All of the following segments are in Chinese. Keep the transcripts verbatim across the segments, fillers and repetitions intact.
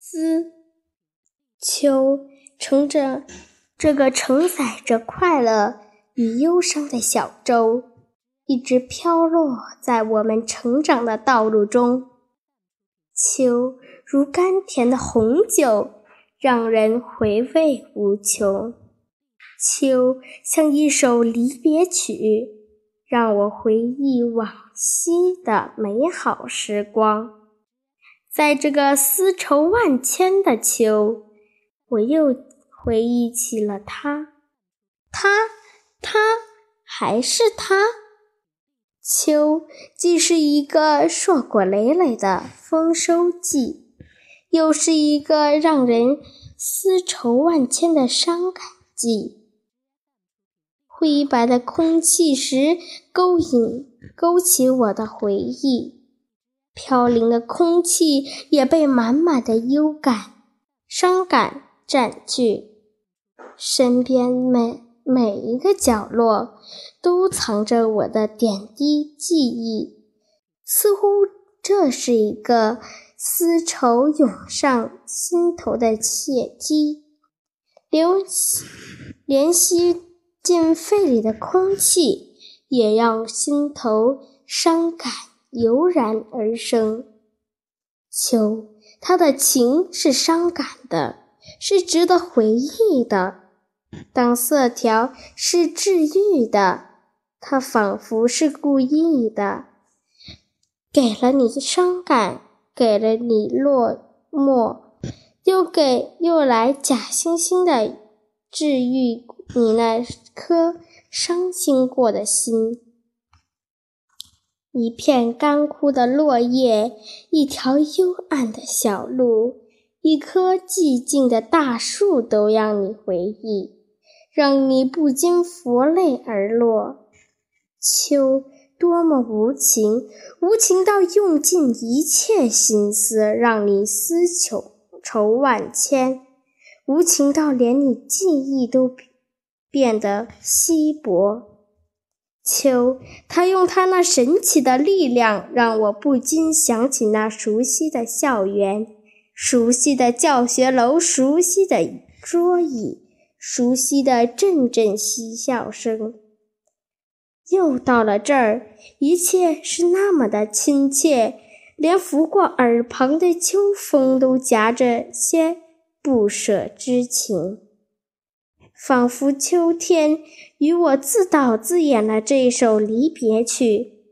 思秋乘着这个承载着快乐与忧伤的小舟，一直飘落在我们成长的道路中。秋如甘甜的红酒，让人回味无穷。秋像一首离别曲，让我回忆往昔的美好时光。在这个丝绸万千的秋，我又回忆起了他，他，他，还是他。秋既是一个硕果累累的丰收季，又是一个让人丝绸万千的伤感季。灰白的空气时勾引勾起我的回忆，飘零的空气也被满满的忧感、伤感占据。身边每每一个角落都藏着我的点滴记忆，似乎这是一个丝绸涌上心头的契机，流怜惜进肺里的空气，也让心头伤感油然而生。秋，它的情是伤感的，是值得回忆的。当色调是治愈的，它仿佛是故意的，给了你伤感，给了你落寞，又给又来假惺惺的治愈你那颗伤心过的心。一片干枯的落叶，一条幽暗的小路，一棵寂静的大树，都让你回忆，让你不禁拂泪而落。秋多么无情，无情到用尽一切心思让你丝绸万千，无情到连你记忆都变得稀薄。秋，它用它那神奇的力量，让我不禁想起那熟悉的校园，熟悉的教学楼，熟悉的桌椅，熟悉的阵阵嬉笑声。又到了这儿，一切是那么的亲切，连拂过耳旁的秋风都夹着些不舍之情。仿佛秋天与我自导自演了这首离别曲，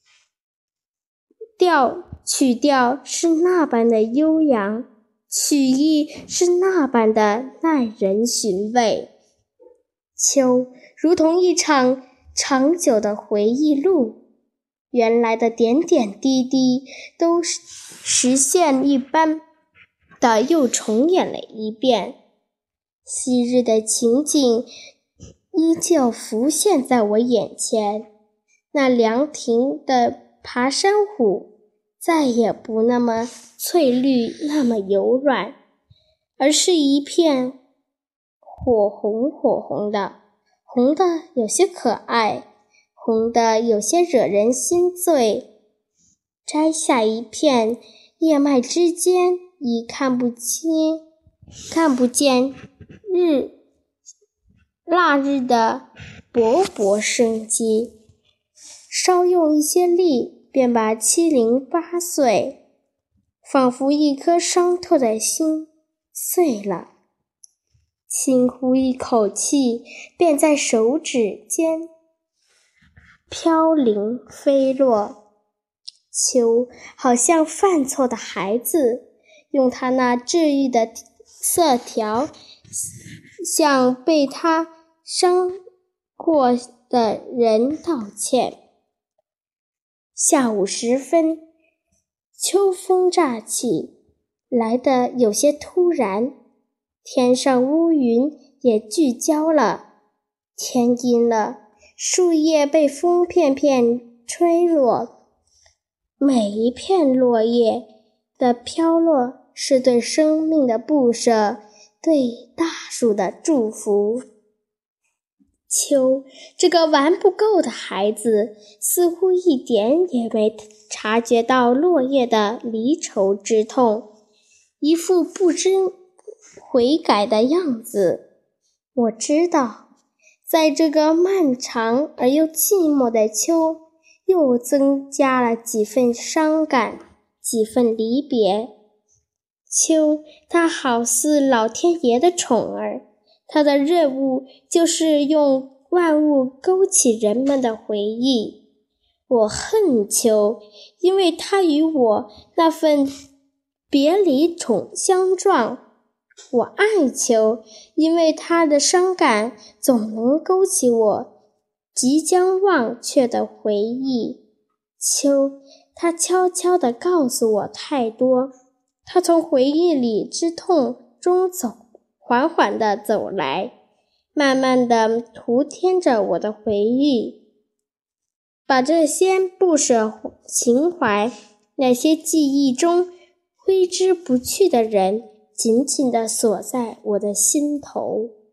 调曲调是那般的悠扬，曲意是那般的耐人寻味。秋如同一场长久的回忆录，原来的点点滴滴都实现一般的又重演了一遍。昔日的情景依旧浮现在我眼前，那凉亭的爬山虎再也不那么翠绿，那么柔软，而是一片火红火红的，红的有些可爱，红的有些惹人心醉。摘下一片，叶脉之间已看不清看不见日腊日的勃勃生机，稍用一些力，便把七零八碎，仿佛一颗伤透的心碎了，轻呼一口气，便在手指间飘零飞落。秋好像犯错的孩子，用他那治愈的色调向被他伤过的人道歉。下午时分，秋风乍起，来得有些突然，天上乌云也聚焦了，天阴了，树叶被风片片吹落，每一片落叶的飘落是对生命的不舍，对大树的祝福。秋，这个玩不够的孩子，似乎一点也没察觉到落叶的离愁之痛， 一副不知悔改的样子。我知道，在这个漫长而又寂寞的秋，又增加了几分伤感，几分离别。秋，它好似老天爷的宠儿，它的任务就是用万物勾起人们的回忆。我恨秋，因为它与我那份别离总相撞。我爱秋，因为它的伤感总能勾起我即将忘却的回忆。秋，它悄悄地告诉我太多，它从回忆里之痛中走，缓缓地走来，慢慢地涂添着我的回忆，把这些不舍情怀，那些记忆中挥之不去的人，紧紧地锁在我的心头。